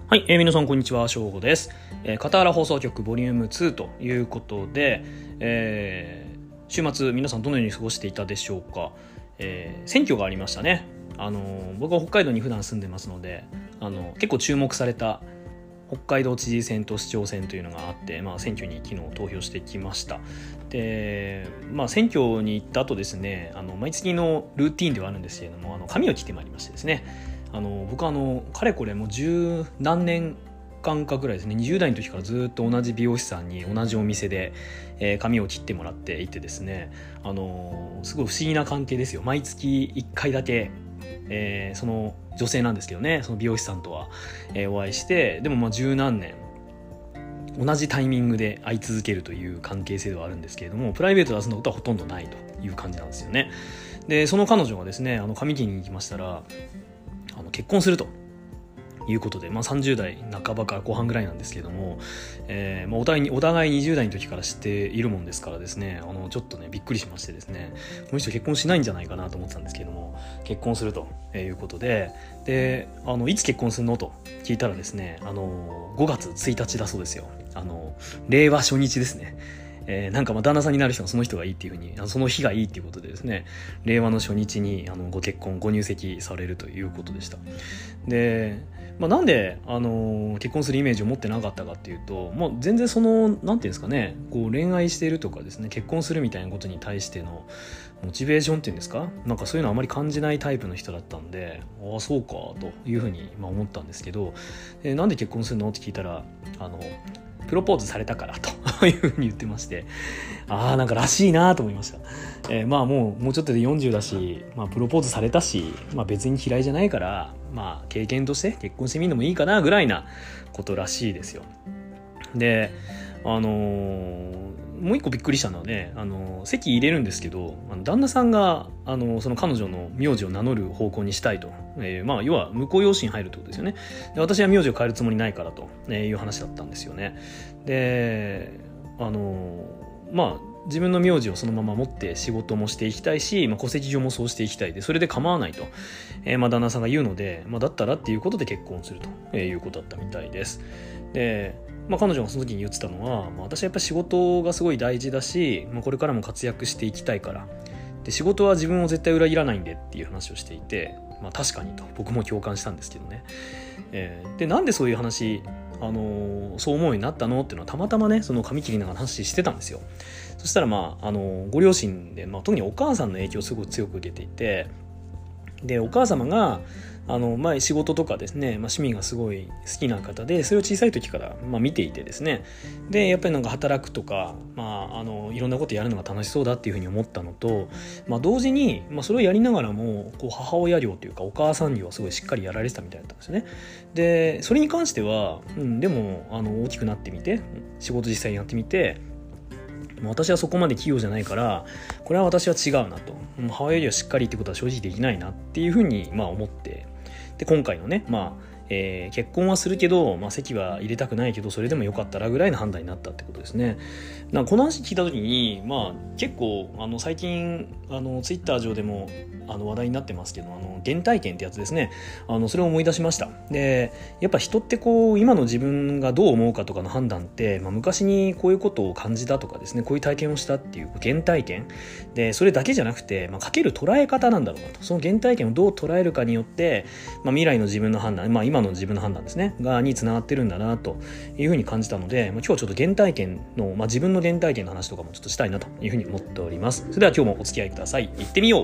はい、皆さんこんにちは、翔吾です。片原放送局ボリューム2ということで、週末皆さんどのように過ごしていたでしょうか。選挙がありましたね。僕は北海道に普段住んでますので、結構注目された北海道知事選と市長選というのがあって、選挙に昨日投票してきました。で、選挙に行った後ですね、毎月のルーティーンではあるんですけれども、髪を切ってまいりましてですね、僕はかれこれもう十何年間かぐらいですね、20代の時からずっと同じ美容師さんに同じお店で、髪を切ってもらっていてですね、すごい不思議な関係ですよ。毎月1回だけ、その女性なんですけどね、その美容師さんとは、お会いして、でも十何年同じタイミングで会い続けるという関係性ではあるんですけれども、プライベートで遊んだことはほとんどないという感じなんですよね。でその彼女がですね、髪切りに行きましたら、結婚するということで、30代半ばから後半ぐらいなんですけれども、お互い20代の時から知っているもんですからですね、ちょっとねびっくりしましてですね、この人結婚しないんじゃないかなと思ってたんですけれども、結婚するということで、いつ結婚するのと聞いたらですね、5月1日だそうですよ。令和初日ですね。なんか旦那さんになる人がその人がいいっていうふうに、その日がいいっていうことでですね、令和の初日にご結婚ご入籍されるということでした。で、なんで結婚するイメージを持ってなかったかっていうと、もう全然なんていうんですかね、こう恋愛しているとかですね、結婚するみたいなことに対してのモチベーションっていうんですか、なんかそういうのあまり感じないタイプの人だったんで、ああそうかというふうに思ったんですけど、なんで結婚するのって聞いたら、プロポーズされたからというふうに言ってまして、なんからしいなと思いました。もうちょっとで40だし、プロポーズされたし、別に嫌いじゃないから、経験として結婚してみるのもいいかなぐらいなことらしいですよ。で、もう一個びっくりしたのはね、籍入れるんですけど、旦那さんがその彼女の名字を名乗る方向にしたいと、要は婿養子に入るってことですよね。で、私は名字を変えるつもりないからという話だったんですよね。で、自分の名字をそのまま持って仕事もしていきたいし、戸籍上もそうしていきたいで、それで構わないと、旦那さんが言うので、だったらっていうことで結婚するということだったみたいです。で、彼女がその時に言ってたのは、私はやっぱり仕事がすごい大事だし、これからも活躍していきたいから、で仕事は自分を絶対裏切らないんでっていう話をしていて、確かにと僕も共感したんですけどね。で、なんでそういう話そう思うようになったのっていうのは、たまたまねその髪切りながら話してたんですよ。そしたらご両親で、特にお母さんの影響をすごく強く受けていて、でお母様が仕事とかですね、趣味がすごい好きな方で、それを小さい時から、見ていてですね、でやっぱりなんか働くとか、いろんなことやるのが楽しそうだっていうふうに思ったのと、同時に、それをやりながらもこう母親業というかお母さん業はすごいしっかりやられてたみたいだったんですよね。でそれに関しては、でも大きくなってみて仕事実際にやってみて、私はそこまで器用じゃないから、これは私は違うなと、母親よりはしっかりってことは正直できないなっていうふうに思って、で今回のね、結婚はするけど、籍は入れたくないけどそれでもよかったらぐらいの判断になったってことですね。この話聞いた時に、結構最近ツイッター上でも話題になってますけど、原体験ってやつですね、それを思い出しました。でやっぱ人ってこう今の自分がどう思うかとかの判断って、昔にこういうことを感じたとかですね、こういう体験をしたっていう原体験で、それだけじゃなくて、かける捉え方なんだろうなと。その原体験をどう捉えるかによって、未来の自分の判断、今の自分の判断ですねにつながってるんだなというふうに感じたので、今日はちょっと原体験の、自分の原体験の話とかもちょっとしたいなというふうに思っております。それでは今日もお付き合いください。行ってみよう。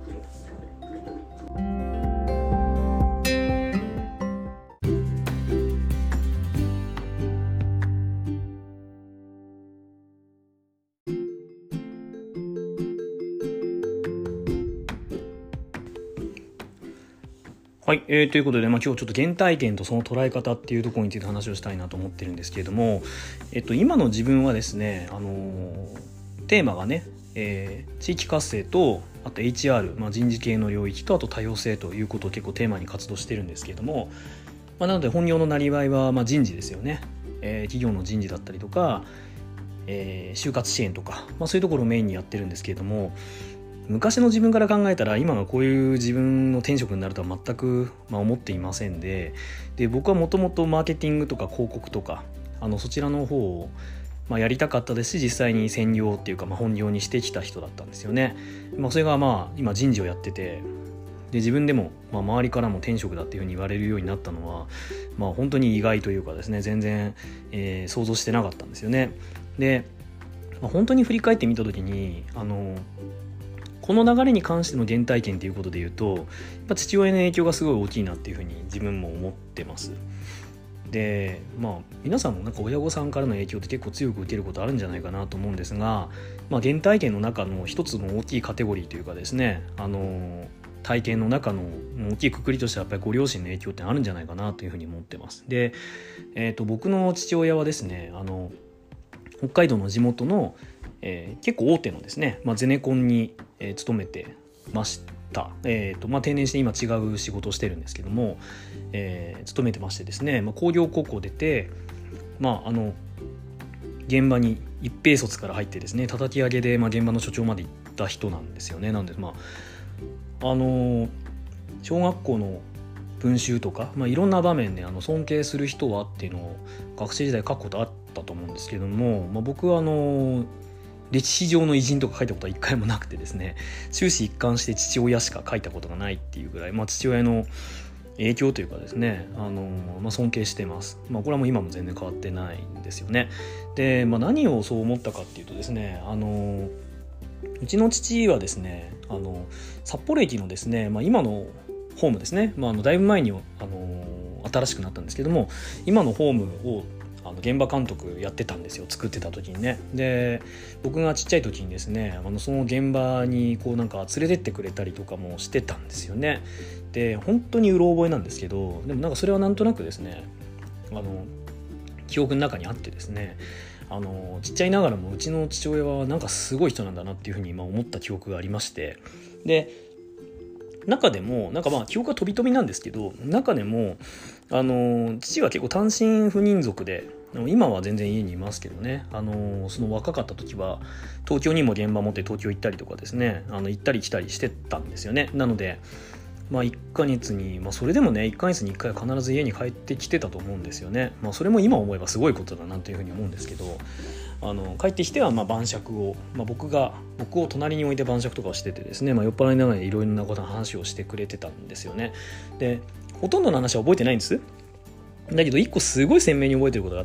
はい、ということで、今日ちょっと原体験とその捉え方っていうところについて話をしたいなと思ってるんですけれども、今の自分はですね、テーマがね、地域活性とあと HR、人事系の領域とあと多様性ということを結構テーマに活動してるんですけれども、なので本業のなりわいは人事ですよね。企業の人事だったりとか、就活支援とか、そういうところをメインにやってるんですけれども、 昔の自分から考えたら今がこういう自分の転職になるとは全く、思っていませんで、僕はもともとマーケティングとか広告とかそちらの方を、やりたかったですし、実際に専業っていうか、本業にしてきた人だったんですよね。それが今人事をやってて、で自分でも、周りからも転職だっていうふうに言われるようになったのは、本当に意外というかですね、全然、想像してなかったんですよね。で、本当に振り返ってみた時にこの流れに関しての原体験ということで言うと、やっぱ父親の影響がすごい大きいなっていうふうに自分も思ってます。で皆さんもなんか親御さんからの影響って結構強く受けることあるんじゃないかなと思うんですが、原体験の中の一つの大きいカテゴリーというかですね、体験の中の大きい括りとしてはやっぱりご両親の影響ってあるんじゃないかなというふうに思ってます。で、僕の父親はですね北海道の地元の、結構大手のですね、ゼネコンに、勤めてました。定年して今違う仕事をしてるんですけども、勤めてましてですね、工業高校出て、現場に一平卒から入ってですね、叩き上げで、現場の所長まで行った人なんですよね。なんで小学校の文集とか、いろんな場面で尊敬する人はっていうのを学生時代書くことあったと思うんですけども、僕は歴史上の偉人とか書いたことは一回もなくてですね、終始一貫して父親しか書いたことがないっていうぐらい、父親の影響というかですね、尊敬してます。これはもう今も全然変わってないんですよね。で、何をそう思ったかっていうとですね、うちの父はですね札幌駅のですね、今のホームですね、だいぶ前に新しくなったんですけども、今のホームを現場監督やってたんですよ、作ってた時にね。で僕がちっちゃい時にですねその現場になんか連れてってくれたりとかもしてたんですよね。で本当にうろ覚えなんですけど、でもなんかそれはなんとなくですね記憶の中にあってですね、ちっちゃいながらもうちの父親はなんかすごい人なんだなっていうふうに思った記憶がありまして、で中でもなんか記憶が飛び飛びなんですけど、中でも父は結構単身赴任族で、今は全然家にいますけどね、その若かった時は東京にも現場持って東京行ったりとかですね、行ったり来たりしてたんですよね。なので1ヶ月に、それでもね1ヶ月に1回は必ず家に帰ってきてたと思うんですよね。それも今思えばすごいことだなというふうに思うんですけど、帰ってきては晩酌を、僕を隣に置いて晩酌とかをしててですね、酔っ払いながらいろいろなことの話をしてくれてたんですよね。でほとんどの話は覚えてないんです。だけど一個すごい鮮明に覚えてることがあって、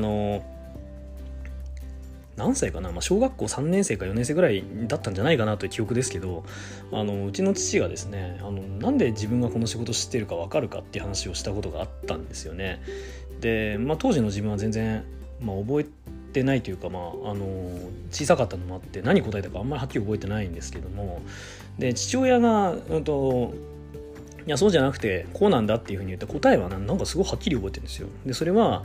何歳かな、小学校3年生か4年生ぐらいだったんじゃないかなという記憶ですけど、うちの父がですねなんで自分がこの仕事知ってるか分かるかっていう話をしたことがあったんですよね。で、当時の自分は全然、覚えてないというか、小さかったのもあって何答えたかあんまりはっきり覚えてないんですけども、で父親がいやそうじゃなくてこうなんだっていうふうに言って、答えはなんかすごいはっきり覚えてるんですよ。でそれは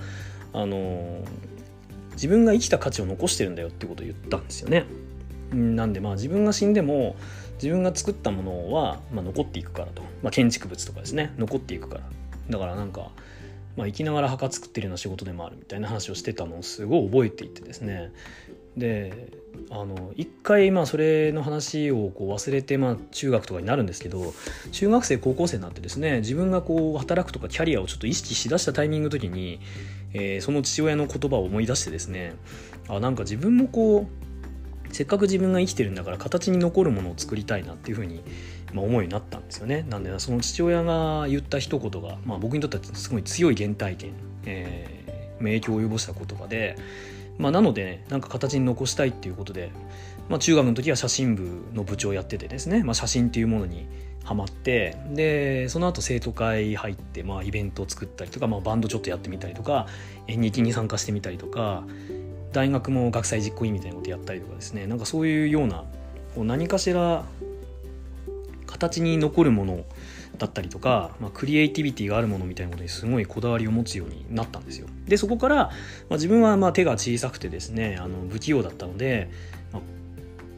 自分が生きた価値を残してるんだよってことを言ったんですよね。なんで自分が死んでも自分が作ったものは残っていくからと、建築物とかですね残っていくから、だからなんか生きながら墓作ってるような仕事でもあるみたいな話をしてたのをすごい覚えていてですね、で一回それの話を忘れて中学とかになるんですけど、中学生高校生になってですね自分が働くとかキャリアをちょっと意識しだしたタイミングの時に、その父親の言葉を思い出してですね、なんか自分もせっかく自分が生きてるんだから形に残るものを作りたいなっていうふうに思うようになったんですよね。なんでその父親が言った一言が、僕にとってはすごい強い原体験、影響を及ぼした言葉で、なので、なんか形に残したいっていうことで、中学の時は写真部の部長をやっててですね、写真っていうものにハマって、でその後生徒会入って、イベントを作ったりとか、バンドちょっとやってみたりとか、演劇に参加してみたりとか、大学も学祭実行委員みたいなことやったりとかですね、なんかそういうような何かしら形に残るものだったりとか、クリエイティビティがあるものみたいなことにすごいこだわりを持つようになったんですよ。でそこから、自分は手が小さくてですね不器用だったので、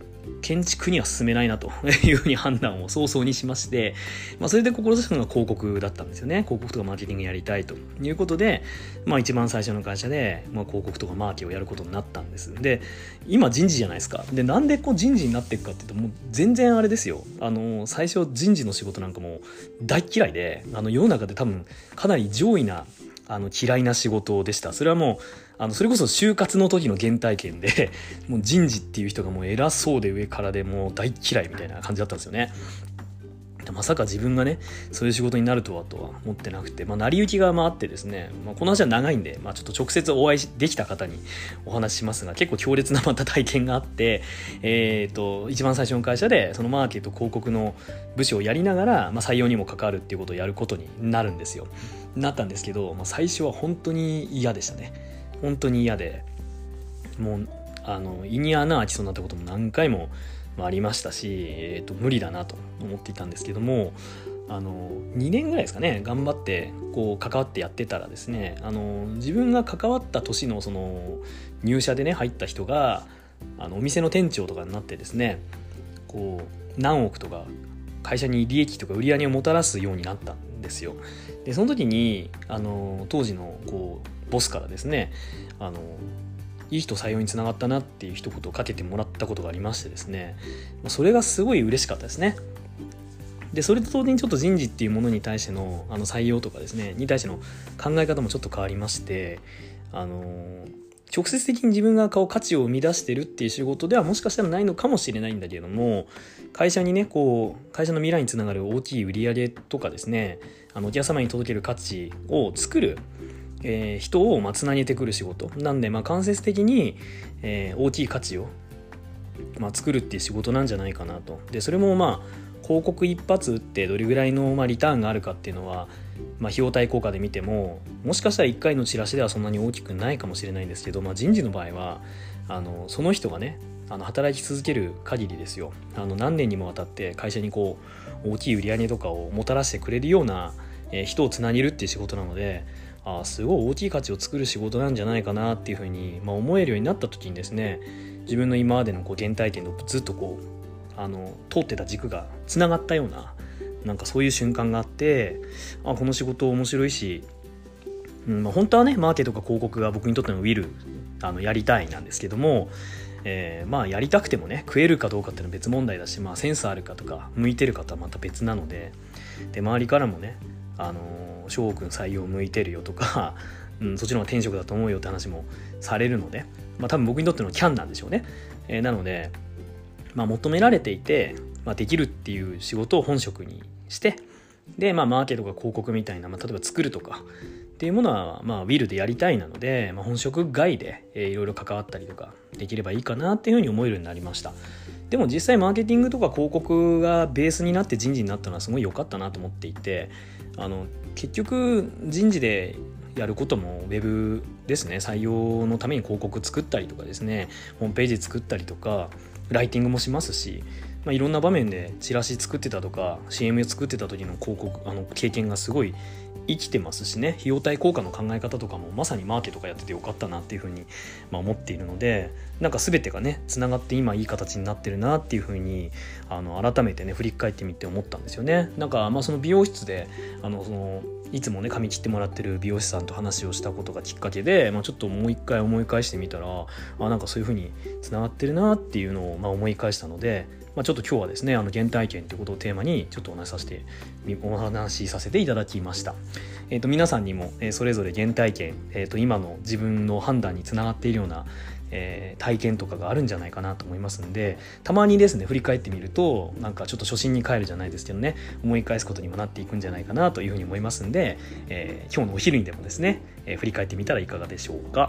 建築には進めないなというふうに判断を早々にしまして、それで志したのが広告だったんですよね。広告とかマーケティングやりたいということで、一番最初の会社で、広告とかマーケをやることになったんです。で、今人事じゃないですか。で、なんで人事になっていくかっていうと、もう全然あれですよ。最初人事の仕事なんかも大嫌いで、世の中で多分かなり上位な嫌いな仕事でした。それはもうそれこそ就活の時の原体験でもう人事っていう人がもう偉そうで上からでもう大嫌いみたいな感じだったんですよね。まさか自分がねそういう仕事になるとは思ってなくて、成り行きがあってですね、この話は長いんで、ちょっと直接お会いできた方にお話ししますが、結構強烈なまた体験があって、一番最初の会社でそのマーケット広告の部署をやりながら、採用にも関わるっていうことをやることになるんですよ。なったんですけど、最初は本当に嫌でしたね。本当に嫌で、もう胃に穴開きそうになったことも何回もありましたし、無理だなと思っていたんですけども、2年ぐらいですかね、頑張って関わってやってたらですね、自分が関わった年のその入社でね入った人がお店の店長とかになってですね、何億とか会社に利益とか売り上げをもたらすようになったんですよ。でその時に当時のボスからですね、いい人採用につながったなっていう一言をかけてもらったことがありましてですね、それがすごい嬉しかったですね。でそれと同時にちょっと人事っていうものに対しての採用とかですねに対しての考え方もちょっと変わりまして、直接的に自分が価値を生み出してるっていう仕事ではもしかしたらないのかもしれないんだけれども、会社にね会社の未来につながる大きい売り上げとかですね、お客様に届ける価値を作る人をつなげてくる仕事なんで、間接的に大きい価値を作るっていう仕事なんじゃないかなと。でそれも広告一発打ってどれぐらいのリターンがあるかっていうのは、費用対効果で見てももしかしたら1回のチラシではそんなに大きくないかもしれないんですけど、人事の場合はその人がね働き続ける限りですよ、何年にもわたって会社に大きい売り上げとかをもたらしてくれるような人をつなげるっていう仕事なので、すごい大きい価値を作る仕事なんじゃないかなっていうふうに、思えるようになった時にですね、自分の今までの原体験とずっと通ってた軸がつながったような、なんかそういう瞬間があって、この仕事面白いし、本当はねマーケとか広告が僕にとってのウィルやりたいなんですけども、やりたくてもね食えるかどうかっていうのは別問題だし、センスあるかとか向いてるかとはまた別なので、周りからもね翔くん採用向いてるよとか、そっちの方が転職だと思うよって話もされるので、多分僕にとってのキャンなんでしょうね。なので、求められていて、できるっていう仕事を本職にして、で、マーケとか広告みたいな、例えば作るとかっていうものは、ウィルでやりたいなので、本職外で、いろいろ関わったりとかできればいいかなっていうふうに思えるようになりました。でも実際マーケティングとか広告がベースになって人事になったのはすごい良かったなと思っていて、結局人事でやることもウェブですね、採用のために広告作ったりとかですね、ホームページ作ったりとかライティングもしますし、いろんな場面でチラシ作ってたとか CM 作ってた時の広告経験がすごい生きてますしね、費用対効果の考え方とかもまさにマーケとかやっててよかったなっていうふうに思っているので、なんか全てがねつながって今いい形になってるなっていうふうに改めてね振り返ってみて思ったんですよね。なんかその美容室でいつもね髪切ってもらってる美容師さんと話をしたことがきっかけで、ちょっともう一回思い返してみたらなんかそういうふうにつながってるなっていうのを思い返したので、ちょっと今日はですね原体験ということをテーマにちょっとお話しさせていただきました。皆さんにもそれぞれ原体験、今の自分の判断につながっているような体験とかがあるんじゃないかなと思いますので、たまにですね振り返ってみるとなんかちょっと初心に帰るじゃないですけどね、思い返すことにもなっていくんじゃないかなというふうに思いますんで、今日のお昼にでもですね、振り返ってみたらいかがでしょうか。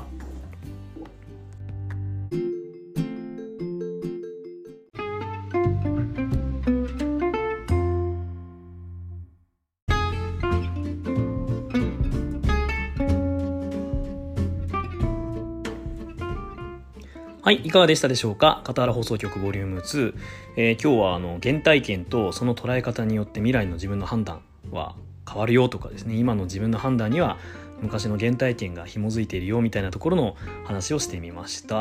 はい、いかがでしたでしょうか。片原放送局ボリューム2、今日は原体験とその捉え方によって未来の自分の判断は変わるよとかですね、今の自分の判断には昔の原体験が紐づいているよみたいなところの話をしてみました。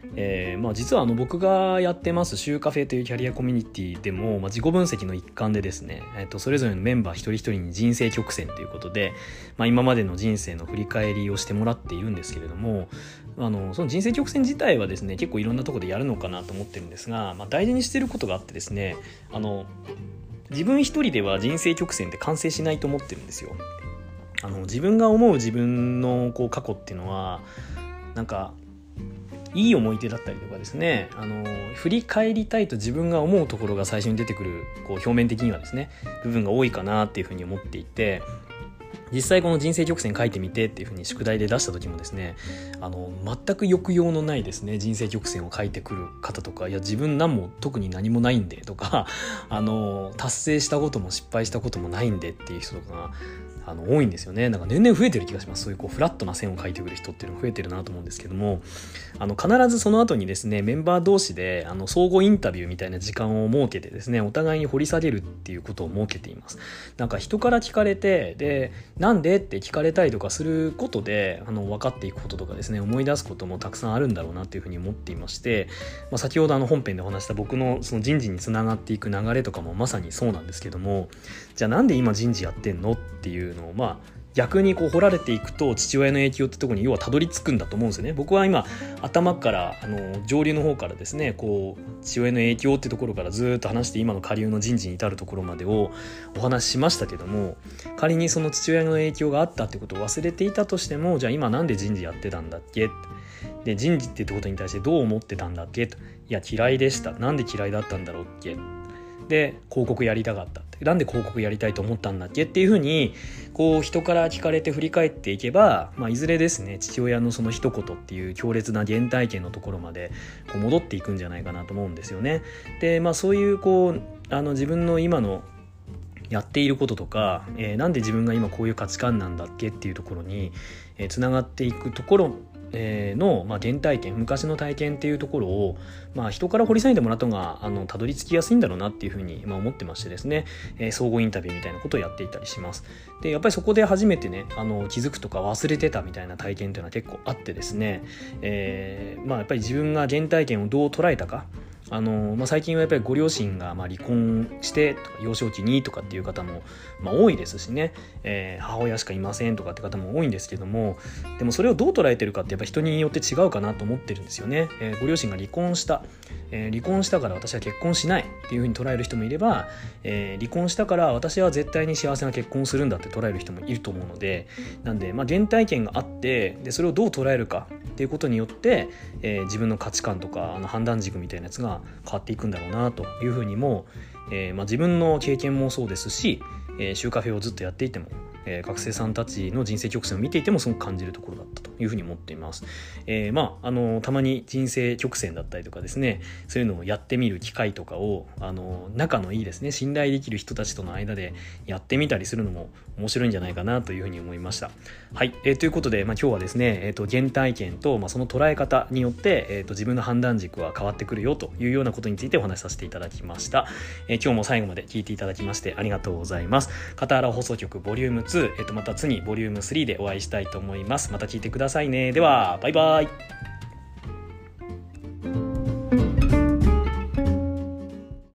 実は僕がやってますシューカフェというキャリアコミュニティでも、自己分析の一環でですね、それぞれのメンバー一人一人に人生曲線ということで、今までの人生の振り返りをしてもらっているんですけれども、その人生曲線自体はですね結構いろんなところでやるのかなと思ってるんですが、大事にしてることがあってですね、自分一人では人生曲線って完成しないと思ってるんですよ。自分が思う自分の過去っていうのはなんかいい思い出だったりとかですね、振り返りたいと自分が思うところが最初に出てくる表面的にはですね部分が多いかなっていうふうに思っていて、実際この人生曲線書いてみてっていうふうに宿題で出した時もですね、全く抑揚のないですね人生曲線を書いてくる方とか、いや自分特に何もないんでとか達成したことも失敗したこともないんでっていう人とかが多いんですよね。なんか年々増えてる気がします。そういうフラットな線を書いてくる人っていうのが増えてるなと思うんですけども、必ずその後にですねメンバー同士で相互インタビューみたいな時間を設けてですねお互いに掘り下げるっていうことを設けています。なんか人から聞かれて、でなんでって聞かれたりとかすることで分かっていくこととかですね思い出すこともたくさんあるんだろうなっていうふうに思っていまして、先ほど本編でお話した僕のその人事につながっていく流れとかもまさにそうなんですけども、じゃあなんで今人事やってんのっていうのを逆に掘られていくと父親の影響ってところに要はたどり着くんだと思うんですよね。僕は今頭から上流の方からですね父親の影響ってところからずっと話して今の下流の人事に至るところまでをお話ししましたけども、仮にその父親の影響があったってことを忘れていたとしても、じゃあ今なんで人事やってたんだっけ、で人事ってことに対してどう思ってたんだっけと、いや嫌いでした、なんで嫌いだったんだろうっけ、で広告やりたかった、なんで広告やりたいと思ったんだっけっていうふうに人から聞かれて振り返っていけば、いずれですね父親のその一言っていう強烈な原体験のところまで戻っていくんじゃないかなと思うんですよね。でそういう自分の今のやっていることとか、なんで自分が今こういう価値観なんだっけっていうところにつながっていくところの原体験、昔の体験っていうところを、人から掘り下げてもらったのがたどり着きやすいんだろうなっていうふうに思ってましてですね、相互インタビューみたいなことをやっていたりします。でやっぱりそこで初めてね気づくとか忘れてたみたいな体験というのは結構あってですね、やっぱり自分が原体験をどう捉えたか、最近はやっぱりご両親が離婚してとか幼少期にとかっていう方も多いですしね、母親しかいませんとかって方も多いんですけども、でもそれをどう捉えてるかってやっぱ人によって違うかなと思ってるんですよね。ご両親が離婚した、離婚したから私は結婚しないっていうふうに捉える人もいれば、離婚したから私は絶対に幸せな結婚をするんだって捉える人もいると思うので、なんで原体験があって、でそれをどう捉えるかっていうことによって、自分の価値観とか判断軸みたいなやつが変わっていくんだろうなというふうにも、自分の経験もそうですし、シューカフェをずっとやっていても、学生さんたちの人生曲線を見ていてもすごく感じるところだったというふうに思っています。たまに人生曲線だったりとかですね、そういうのをやってみる機会とかを仲のいいですね信頼できる人たちとの間でやってみたりするのも面白いんじゃないかなというふうに思いました。はい、ということで、今日はですね、原体験と、その捉え方によって、自分の判断軸は変わってくるよというようなことについてお話しさせていただきました。今日も最後まで聞いていただきましてありがとうございます。片原放送局ボリューム2、また次ボリューム3でお会いしたいと思います。また聞いてくださいね。ではバイバイ。